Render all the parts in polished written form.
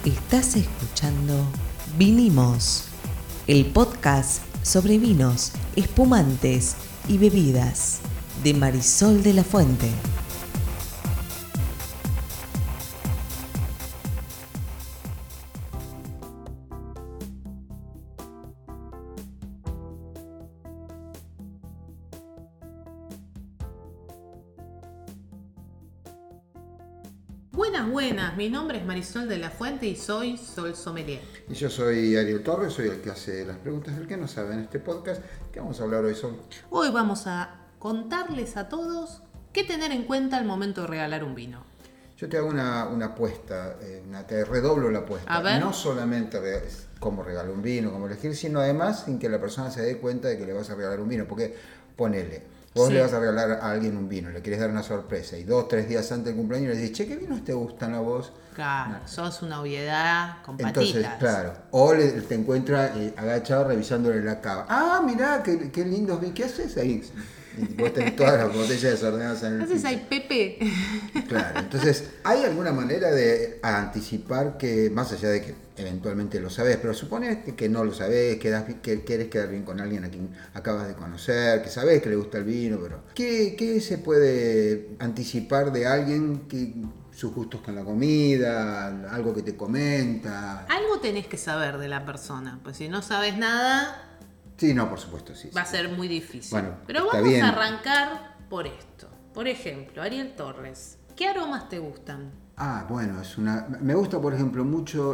Estás escuchando Vinimos, el podcast sobre vinos, espumantes y bebidas de Marisol de la Fuente. Buenas, mi nombre es Marisol de la Fuente y soy Sol Sommelier. Y yo soy Ariel Torres, soy el que hace las preguntas del que no sabe en este podcast. ¿Qué vamos a hablar hoy, Sol? Hoy vamos a contarles a todos qué tener en cuenta al momento de regalar un vino. Yo te hago una apuesta, te redoblo la apuesta. A ver. No solamente cómo regalar un vino, cómo elegir, sino además sin que la persona se dé cuenta de que le vas a regalar un vino. Porque ponele, vos Sí. le vas a regalar a alguien un vino, le querés dar una sorpresa y 2-3 días antes del cumpleaños le decís, che, ¿qué vinos te gustan a vos? Claro, sos una obviedad con Entonces, patitas. claro, o te encuentra agachado revisándole la cava. Ah, mirá, qué lindos vi, ¿qué haces ahí? Y vos tenés todas las botellas desordenadas en el Entonces piso. hay Pepe. Claro, entonces, ¿hay alguna manera de anticipar que, más allá de que eventualmente lo sabés, pero suponete que no lo sabés, que querés quedar bien con alguien a quien acabas de conocer, que sabés que le gusta el vino, pero ¿qué se puede anticipar de alguien que sus gustos con la comida, algo que te comenta? Algo tenés que saber de la persona, pues si no sabes nada Sí, no, por supuesto, sí. va a ser muy difícil. Bueno, pero está vamos bien. a arrancar por esto. Por ejemplo, Ariel Torres, ¿qué aromas te gustan? Ah, bueno, me gusta, por ejemplo, mucho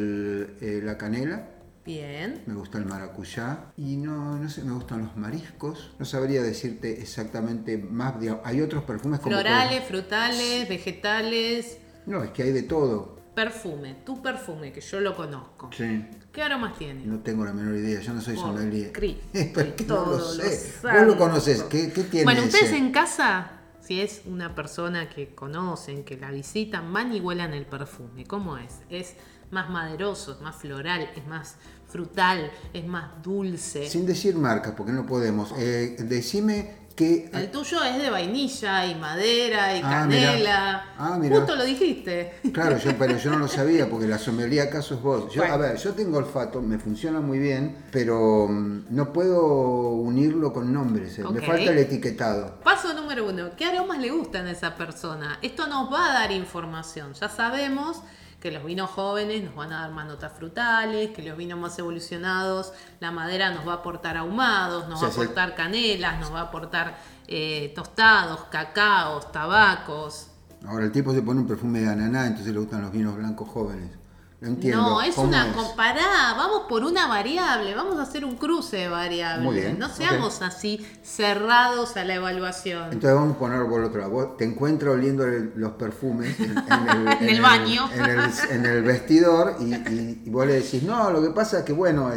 la canela. Bien. Me gusta el maracuyá y no sé, me gustan los mariscos. No sabría decirte exactamente más. Digamos, hay otros perfumes como... Florales, frutales, vegetales. No, es que hay de todo. Perfume, tu perfume, que yo lo conozco. Sí. ¿Qué aromas tiene? No tengo la menor idea, yo no soy Por sommelier. Cristo, Pero que no lo todos sé. los Vos lo santos. conocés, ¿qué tiene Bueno, ustedes ese? en casa, si es una persona que conocen, que la visitan, van y huelan el perfume. ¿Cómo es? Es más maderoso, es más floral, es más frutal, es más dulce. Sin decir marcas, porque no podemos. Decime que... El tuyo es de vainilla y madera y Ah, canela. mirá. Ah, mirá. Justo lo dijiste. Claro, pero yo no lo sabía porque la sommelier acaso es vos. Bueno. A ver, yo tengo olfato, me funciona muy bien, pero no puedo unirlo con nombres. Me Ok. falta el etiquetado. Paso número 1. ¿Qué aromas le gustan a esa persona? Esto nos va a dar información. Ya sabemos que los vinos jóvenes nos van a dar más notas frutales, que los vinos más evolucionados, la madera nos va a aportar ahumados, nos Sí, va a sí. aportar canelas, nos va a aportar tostados, cacaos, tabacos. Ahora el tipo se pone un perfume de ananá, entonces le gustan los vinos blancos jóvenes. No entiendo. No, es ¿Cómo una es? comparada, vamos por una variable, vamos a hacer un cruce de variables. Muy bien, No seamos así cerrados a la evaluación. Entonces vamos a poner por otro lado. Vos te encuentras oliendo los perfumes en En el baño. En el vestidor y vos le decís, no, lo que pasa es que bueno,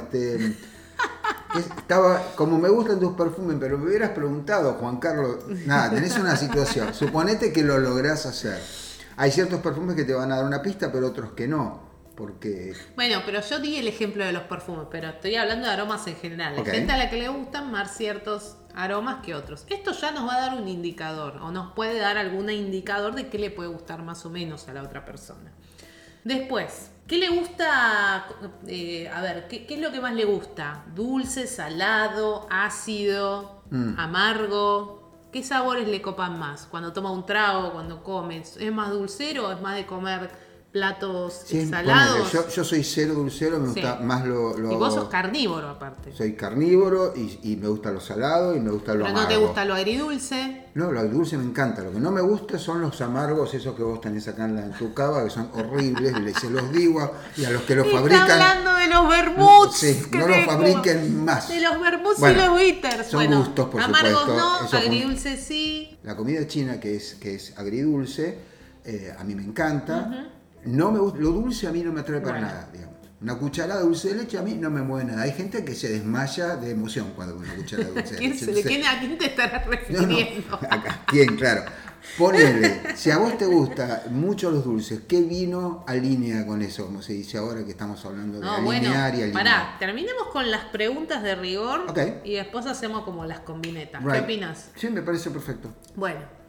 como me gustan tus perfumes, pero me hubieras preguntado, Juan Carlos, nada, tenés una situación. Suponete que lo lográs hacer. Hay ciertos perfumes que te van a dar una pista, pero otros que no. Porque Bueno, pero yo di el ejemplo de los perfumes, pero estoy hablando de aromas en general. Hay Ok. gente a la que le gustan más ciertos aromas que otros. Esto ya nos va a dar un indicador, o nos puede dar algún indicador de qué le puede gustar más o menos a la otra persona. Después, ¿qué le gusta? A ver, ¿qué es lo que más le gusta? ¿Dulce, salado, ácido, amargo? ¿Qué sabores le copan más? Cuando toma un trago, cuando comes, ¿es más dulcero o es más de comer platos sí, salados? ponele, yo soy cero dulcero, me gusta Sí. más lo... Y vos sos carnívoro aparte. Soy carnívoro y me gusta lo salado y me gusta lo Pero amargo. no te gusta lo agridulce. No, lo dulce me encanta. Lo que no me gusta son los amargos, esos que vos tenés acá en tu cava, que son horribles. Se los digo y a los que los Está fabrican... hablando de los vermuts. Sí, que no los tengo. fabriquen más. De los vermuts Bueno, y los bitters. son Bueno, gustos, por amargos supuesto. no, Eso agridulce sí. La comida china, que es agridulce, a mí me encanta. No me gusta, lo dulce a mí no me atrae para Bueno. nada, digamos. Una cucharada de dulce de leche a mí no me mueve nada. Hay gente que se desmaya de emoción cuando come una cucharada de dulce de leche. Entonces, ¿A quién te estarás no, refiriendo? acá, ¿quién? Claro. Ponele, si a vos te gusta mucho los dulces, ¿qué vino alinea con eso? Como se dice ahora que estamos hablando de No, bueno, alinear y alinear. pará, terminemos con las preguntas de rigor Ok. y después hacemos como las combinetas. Right. ¿Qué opinas? Sí, me parece perfecto. Bueno,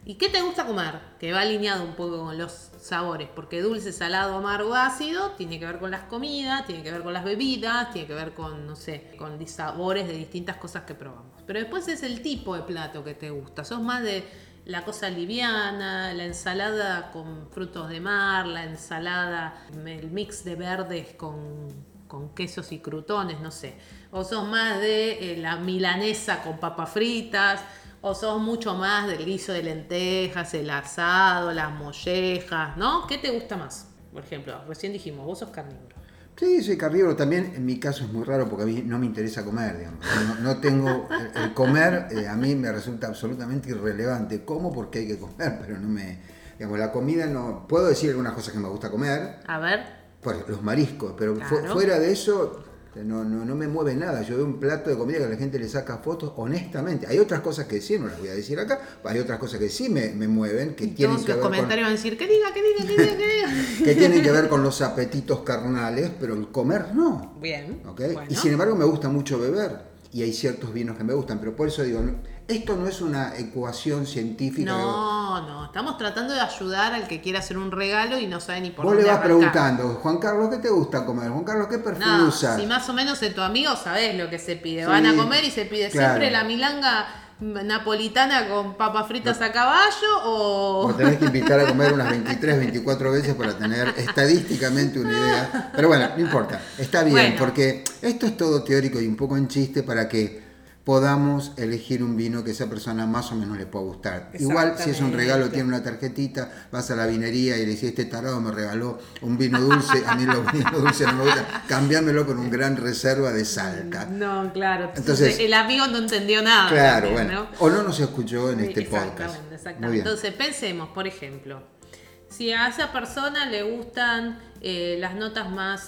¿Y qué te gusta comer? Que va alineado un poco con los sabores, porque dulce, salado, amargo, ácido tiene que ver con las comidas, tiene que ver con las bebidas, tiene que ver con, no sé, con sabores de distintas cosas que probamos. Pero después es el tipo de plato que te gusta. Sos más de la cosa liviana, la ensalada con frutos de mar, la ensalada, el mix de verdes con quesos y crutones, no sé. O sos más de la milanesa con papas fritas, o sos mucho más del guiso de lentejas, el asado, las mollejas, ¿no? ¿Qué te gusta más? Por ejemplo, recién dijimos, vos sos carnívoro. Sí, soy carnívoro también. En mi caso es muy raro porque a mí no me interesa comer, digamos. No tengo... El comer a mí me resulta absolutamente irrelevante. Como porque hay que comer, pero no me... Digamos, la comida no... Puedo decir algunas cosas que me gusta comer. A ver. Por los mariscos, pero Claro. fuera de eso... No me mueve nada. Yo veo un plato de comida que la gente le saca fotos, honestamente. Hay otras cosas que sí, no las voy a decir acá. Hay otras cosas que sí me mueven, que tienen Todos que los ver comentarios van a decir, que diga. que tienen que ver con los apetitos carnales, pero el comer no. Bien. ¿Okay? Bueno. Y sin embargo me gusta mucho beber. Y hay ciertos vinos que me gustan, pero por eso digo, esto no es una ecuación científica. No, estamos tratando de ayudar al que quiera hacer un regalo y no sabe ni por Vos dónde le vas arrancar. preguntando, Juan Carlos, ¿qué te gusta comer? Juan Carlos, ¿qué perfume No, usas? si más o menos en tu amigo sabés lo que se pide. Sí, Van a comer y se pide claro. siempre la milanga napolitana con papas fritas a caballo o... Vos tenés que invitar a comer unas 23, 24 veces para tener estadísticamente una idea. Pero bueno, no importa. Está bien, Bueno. porque esto es todo teórico y un poco en chiste para que podamos elegir un vino que a esa persona más o menos le pueda gustar. Igual, si es un regalo, tiene una tarjetita, vas a la vinería y le decís, este tarado me regaló un vino dulce, a mí los vinos dulces no me gustan, cambiámelo por un gran reserva de Salta. No, claro. Entonces, el amigo no entendió nada. Claro, también, bueno. ¿no? O no nos escuchó en este podcast. Exactamente. Muy bien. Entonces, pensemos, por ejemplo, si a esa persona le gustan las notas más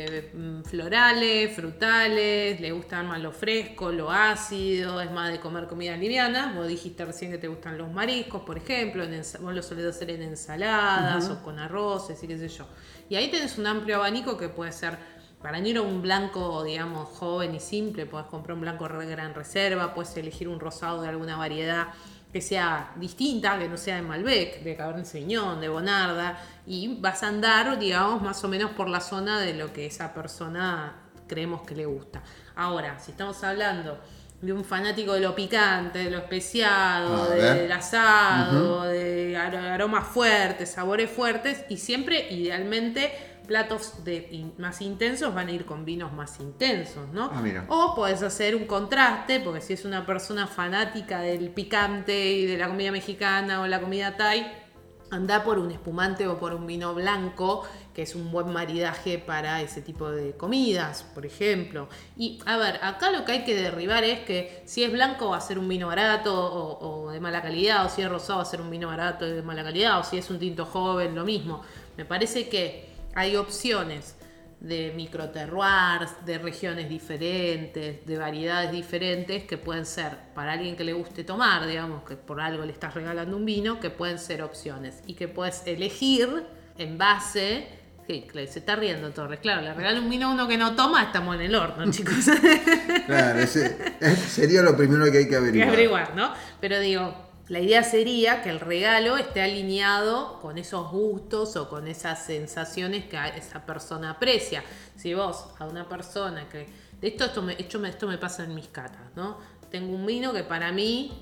florales, frutales, le gustan más lo fresco, lo ácido, es más de comer comida liviana. Vos dijiste recién que te gustan los mariscos, por ejemplo, vos lo solés hacer en ensaladas o con arroces y qué sé yo. Y ahí tenés un amplio abanico que puede ser, para ir a un blanco, digamos, joven y simple, podés comprar un blanco gran reserva, puedes elegir un rosado de alguna variedad que sea distinta, que no sea de Malbec, de Cabernet Sauvignon, de Bonarda, y vas a andar, digamos, más o menos por la zona de lo que esa persona creemos que le gusta. Ahora, si estamos hablando de un fanático de lo picante, de lo especiado, del asado, de aromas fuertes, sabores fuertes, y siempre, idealmente, platos más intensos van a ir con vinos más intensos, ¿no? Mira. O podés hacer un contraste, porque si es una persona fanática del picante y de la comida mexicana o la comida thai, anda por un espumante o por un vino blanco, que es un buen maridaje para ese tipo de comidas, por ejemplo. Y a ver, acá lo que hay que derribar es que si es blanco va a ser un vino barato o de mala calidad, o si es rosado va a ser un vino barato y de mala calidad, o si es un tinto joven, lo mismo. Me parece que hay opciones de microterroirs, de regiones diferentes, de variedades diferentes que pueden ser, para alguien que le guste tomar, digamos, que por algo le estás regalando un vino, que pueden ser opciones y que puedes elegir en base... Sí, se está riendo Torres, claro, le regalo un vino a uno que no toma, estamos en el horno, chicos. Claro, sería lo primero que hay que averiguar. ¿No? Pero digo... La idea sería que el regalo esté alineado con esos gustos o con esas sensaciones que esa persona aprecia. Si vos a una persona que... Esto me pasa en mis catas, ¿no? Tengo un vino que para mí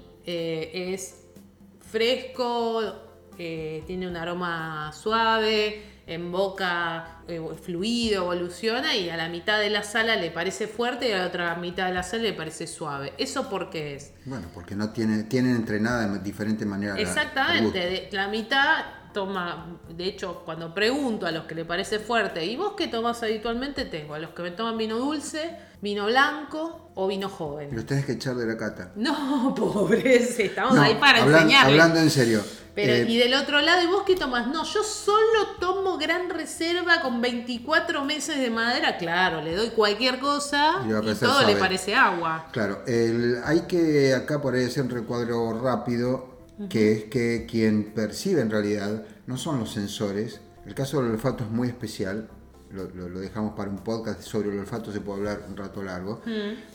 es fresco, tiene un aroma suave, en boca fluido, evoluciona y a la mitad de la sala le parece fuerte y a la otra mitad de la sala le parece suave. ¿Eso por qué es? Bueno, porque no tienen entrenada de diferente manera. Exactamente, la mitad toma, de hecho cuando pregunto a los que le parece fuerte, ¿y vos qué tomás habitualmente? Tengo a los que me toman vino dulce, vino blanco o vino joven. Los tenés que echar de la cata. No, pobres, estamos ahí para enseñarles. Hablando en serio. Pero, y del otro lado, ¿y vos qué tomás? No, yo solo tomo gran reserva con 24 meses de madera. Claro, le doy cualquier cosa y todo le parece agua. Claro, hay que acá por ahí hacer un recuadro rápido, que es que quien percibe en realidad no son los sensores. El caso del olfato es muy especial. Lo dejamos para un podcast sobre el olfato, se puede hablar un rato largo.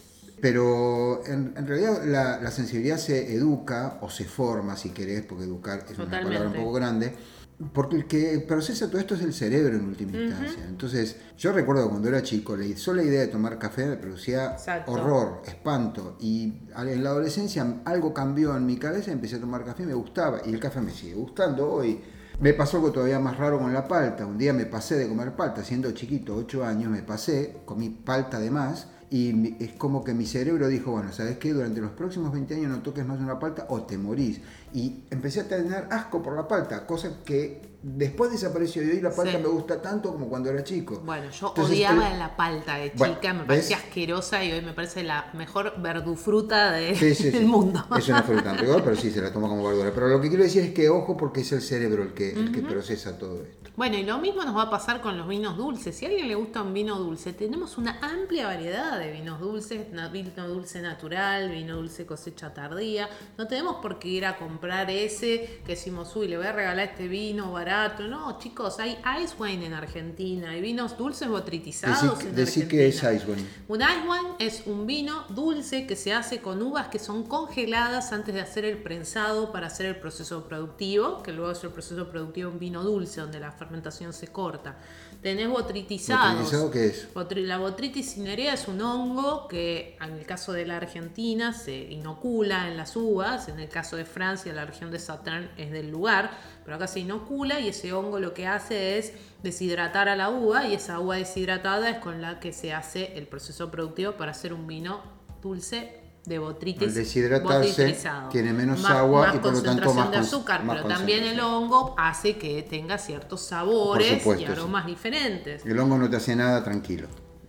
pero en realidad la sensibilidad se educa o se forma, si querés, porque educar es una palabra un poco grande, porque el que procesa todo esto es el cerebro en última instancia. Entonces, yo recuerdo cuando era chico, la sola idea de tomar café me producía horror, espanto, y en la adolescencia algo cambió en mi cabeza, empecé a tomar café y me gustaba, y el café me sigue gustando hoy. Me pasó algo todavía más raro con la palta. Un día me pasé de comer palta, siendo chiquito, 8 años, comí palta de más, y es como que mi cerebro dijo, bueno, ¿sabes qué? Durante los próximos 20 años no toques más una palta o te morís. Y empecé a tener asco por la palta, cosa que después desapareció, y hoy la palta me gusta tanto como cuando era chico. Bueno, yo odiaba la palta de chica, me parecía asquerosa, y hoy me parece la mejor verdufruta del mundo. Es una fruta en rigor, pero sí se la toma como verdura. Pero lo que quiero decir es que ojo, porque es el cerebro el que procesa todo esto. Bueno, y lo mismo nos va a pasar con los vinos dulces. Si a alguien le gusta un vino dulce, tenemos una amplia variedad de vinos dulces, vino dulce natural, vino dulce cosecha tardía. No tenemos por qué ir a comprar ese que decimos, uy, le voy a regalar este vino barato. No, chicos, hay ice wine en Argentina, hay vinos dulces botritizados en Argentina. Decí que es ice wine. Un ice wine es un vino dulce que se hace con uvas que son congeladas antes de hacer el prensado para hacer el proceso productivo, que luego es el proceso productivo un vino dulce, donde la fermentación se corta. Tenés botritizados. ¿Botritizado qué es? La botritis cinerea es un hongo que en el caso de la Argentina se inocula en las uvas, en el caso de Francia la región de Sauternes es del lugar, pero acá se inocula, y ese hongo lo que hace es deshidratar a la uva, y esa uva deshidratada es con la que se hace el proceso productivo para hacer un vino dulce de botritis. Al deshidratarse tiene menos agua y por lo tanto más de azúcar, pero también el hongo hace que tenga ciertos sabores y aromas diferentes. El hongo no te hace nada, tranquilo.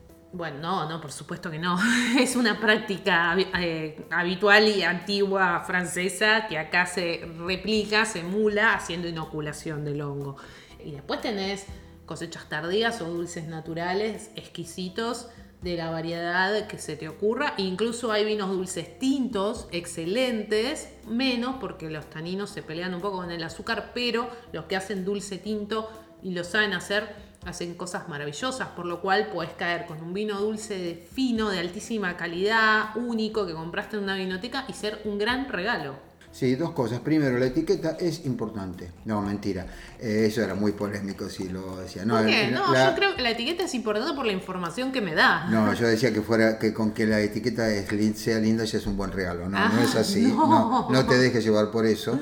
Bueno, no, por supuesto que no. Es una práctica habitual y antigua francesa que acá se replica, se emula haciendo inoculación del hongo. Y después tenés cosechas tardías o dulces naturales exquisitos de la variedad que se te ocurra. Incluso hay vinos dulces tintos excelentes, menos porque los taninos se pelean un poco con el azúcar, pero los que hacen dulce tinto y lo saben hacer, hacen cosas maravillosas, por lo cual podés caer con un vino dulce fino, de altísima calidad, único, que compraste en una vinoteca y ser un gran regalo. Sí, dos cosas. Primero, la etiqueta es importante. No, mentira. Eso era muy polémico si lo decía. No, ¿por qué? Yo creo que la etiqueta es importante por la información que me da. No, yo decía que con que la etiqueta sea linda ya es un buen regalo. No es así. No te dejes llevar por eso.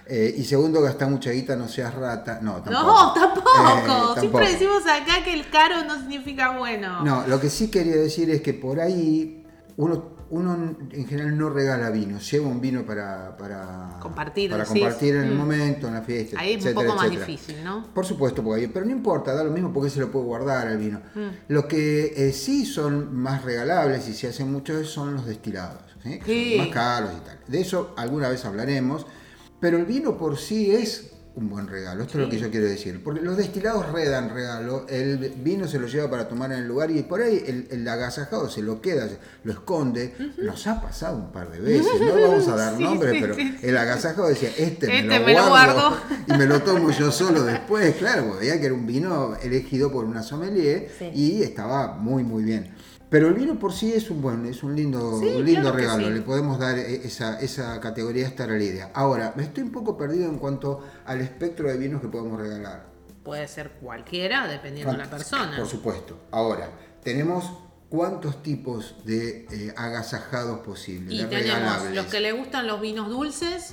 Y segundo, gasta mucha guita, no seas rata. No, tampoco. No, tampoco. Siempre decimos acá que el caro no significa bueno. No, lo que sí quería decir es que por ahí uno en general no regala vino, lleva un vino para compartir en el momento, en la fiesta, ahí etcétera, es un poco más difícil, ¿no? Por supuesto, pero no importa, da lo mismo porque se lo puede guardar el vino. Lo que sí son más regalables y se hacen mucho son los destilados, ¿sí? Que son más caros y tal. De eso alguna vez hablaremos, pero el vino por sí es un buen regalo, esto es lo que yo quiero decir, porque los destilados dan regalo, el vino se lo lleva para tomar en el lugar y por ahí el agasajado se lo queda, lo esconde. Nos ha pasado un par de veces, no vamos a dar nombres, pero el agasajado decía, me lo guardo y me lo tomo yo solo después, claro, veía que era un vino elegido por una sommelier y estaba muy muy bien. Pero el vino por sí es un lindo regalo, le podemos dar esa categoría, esta era la idea. Ahora, me estoy un poco perdido en cuanto al espectro de vinos que podemos regalar. Puede ser cualquiera, dependiendo de la persona. Por supuesto. Ahora, tenemos cuántos tipos de agasajados posibles. Y tenemos los que le gustan los vinos dulces,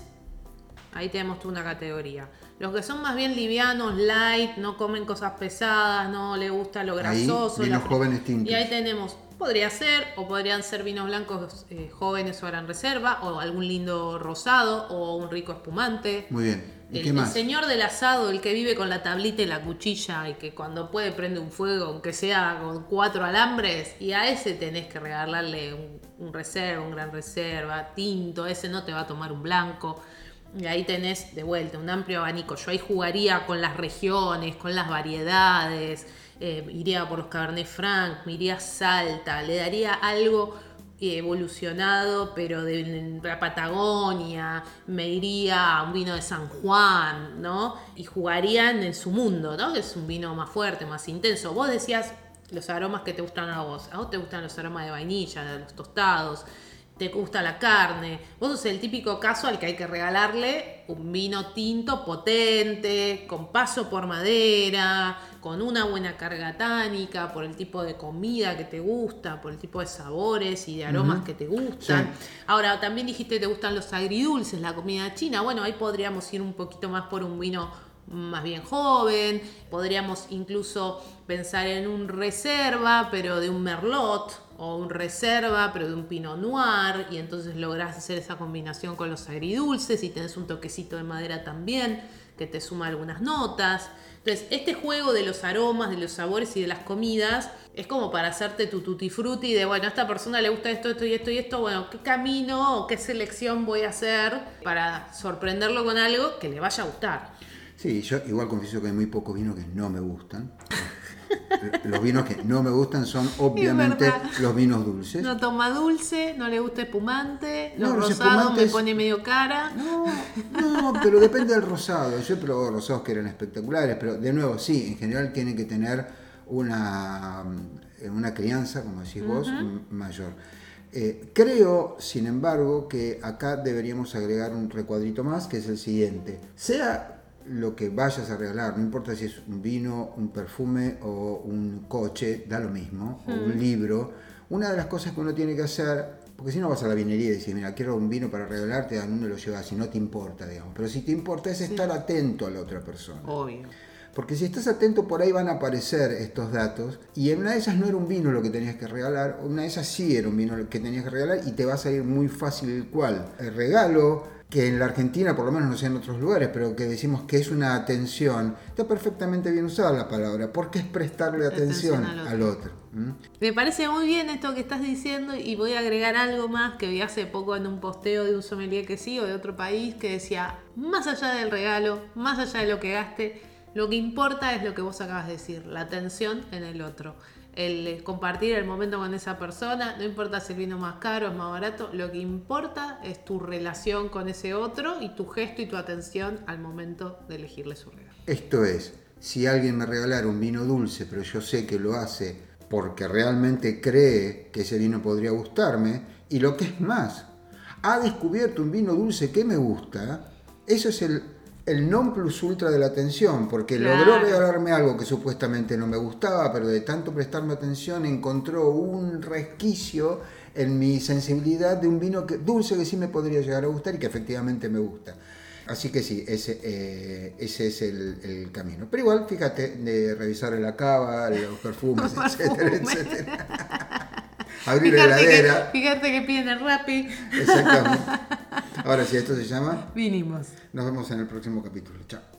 ahí tenemos una categoría. Los que son más bien livianos, light, no comen cosas pesadas, no le gusta lo grasoso. Ahí, vinos jóvenes tintos. Y ahí tenemos, podrían ser vinos blancos jóvenes o gran reserva, o algún lindo rosado, o un rico espumante. Muy bien. ¿Y qué más? El señor del asado, el que vive con la tablita y la cuchilla, y que cuando puede prende un fuego, aunque sea con 4 alambres, y a ese tenés que regalarle un reserva, un gran reserva, tinto, ese no te va a tomar un blanco. Y ahí tenés de vuelta un amplio abanico. Yo ahí jugaría con las regiones, con las variedades, iría por los Cabernet Franc, me iría a Salta, le daría algo evolucionado, pero de la Patagonia, me iría a un vino de San Juan, ¿no? Y jugarían en su mundo, ¿no? Que es un vino más fuerte, más intenso. Vos decías los aromas que te gustan a vos. A vos te gustan los aromas de vainilla, de los tostados, te gusta la carne. Vos sos el típico caso al que hay que regalarle un vino tinto potente, con paso por madera, con una buena carga tánica, por el tipo de comida que te gusta, por el tipo de sabores y de aromas que te gustan. Sí. Ahora, también dijiste que te gustan los agridulces, la comida china. Bueno, ahí podríamos ir un poquito más por un vino más bien joven. Podríamos incluso pensar en un reserva, pero de un merlot, o un reserva, pero de un pinot noir, y entonces lográs hacer esa combinación con los agridulces y tenés un toquecito de madera también que te suma algunas notas. Entonces, este juego de los aromas, de los sabores y de las comidas es como para hacerte tu tutti frutti de, bueno, a esta persona le gusta esto, esto y esto y esto, bueno, ¿qué camino o qué selección voy a hacer para sorprenderlo con algo que le vaya a gustar? Sí, yo igual confieso que hay muy pocos vinos que no me gustan. Los vinos que no me gustan son obviamente los vinos dulces. No toma dulce, no le gusta espumante, los No, los rosados espumantes me pone medio cara. No, pero depende del rosado. Yo he probado rosados que eran espectaculares, pero de nuevo, sí, en general tienen que tener una crianza, como decís vos, mayor. Creo, sin embargo, que acá deberíamos agregar un recuadrito más, que es el siguiente. Sea lo que vayas a regalar, no importa si es un vino, un perfume o un coche, da lo mismo, o un libro, una de las cosas que uno tiene que hacer, porque si no vas a la vinería y dices, mira, quiero un vino para regalarte, ¿a dónde lo llevas? Si no te importa, digamos. Pero si te importa es estar atento a la otra persona. Obvio. Porque si estás atento, por ahí van a aparecer estos datos, y en una de esas no era un vino lo que tenías que regalar, una de esas sí era un vino lo que tenías que regalar, y te va a salir muy fácil el cual. El regalo, que en la Argentina, por lo menos no sé en otros lugares, pero que decimos que es una atención, está perfectamente bien usada la palabra, porque es prestarle atención al otro. Me parece muy bien esto que estás diciendo, y voy a agregar algo más que vi hace poco en un posteo de un sommelier que sigo de otro país, que decía, más allá del regalo, más allá de lo que gaste, lo que importa es lo que vos acabas de decir, la atención en el otro. El compartir el momento con esa persona, no importa si el vino es más caro o es más barato, lo que importa es tu relación con ese otro y tu gesto y tu atención al momento de elegirle su regalo. Esto es, si alguien me regalara un vino dulce, pero yo sé que lo hace porque realmente cree que ese vino podría gustarme, y lo que es más, ha descubierto un vino dulce que me gusta, eso es el non plus ultra de la atención, porque logró regalarme algo que supuestamente no me gustaba, pero de tanto prestarme atención encontró un resquicio en mi sensibilidad de un vino dulce que sí me podría llegar a gustar y que efectivamente me gusta. Así que sí, ese es el camino. Pero igual, fíjate, de revisar la cava, los perfumes, etcétera. Abrir la heladera. Fíjate que piden el Rappi. Exactamente. Ahora sí, esto se llama Vinimos. Nos vemos en el próximo capítulo. Chao.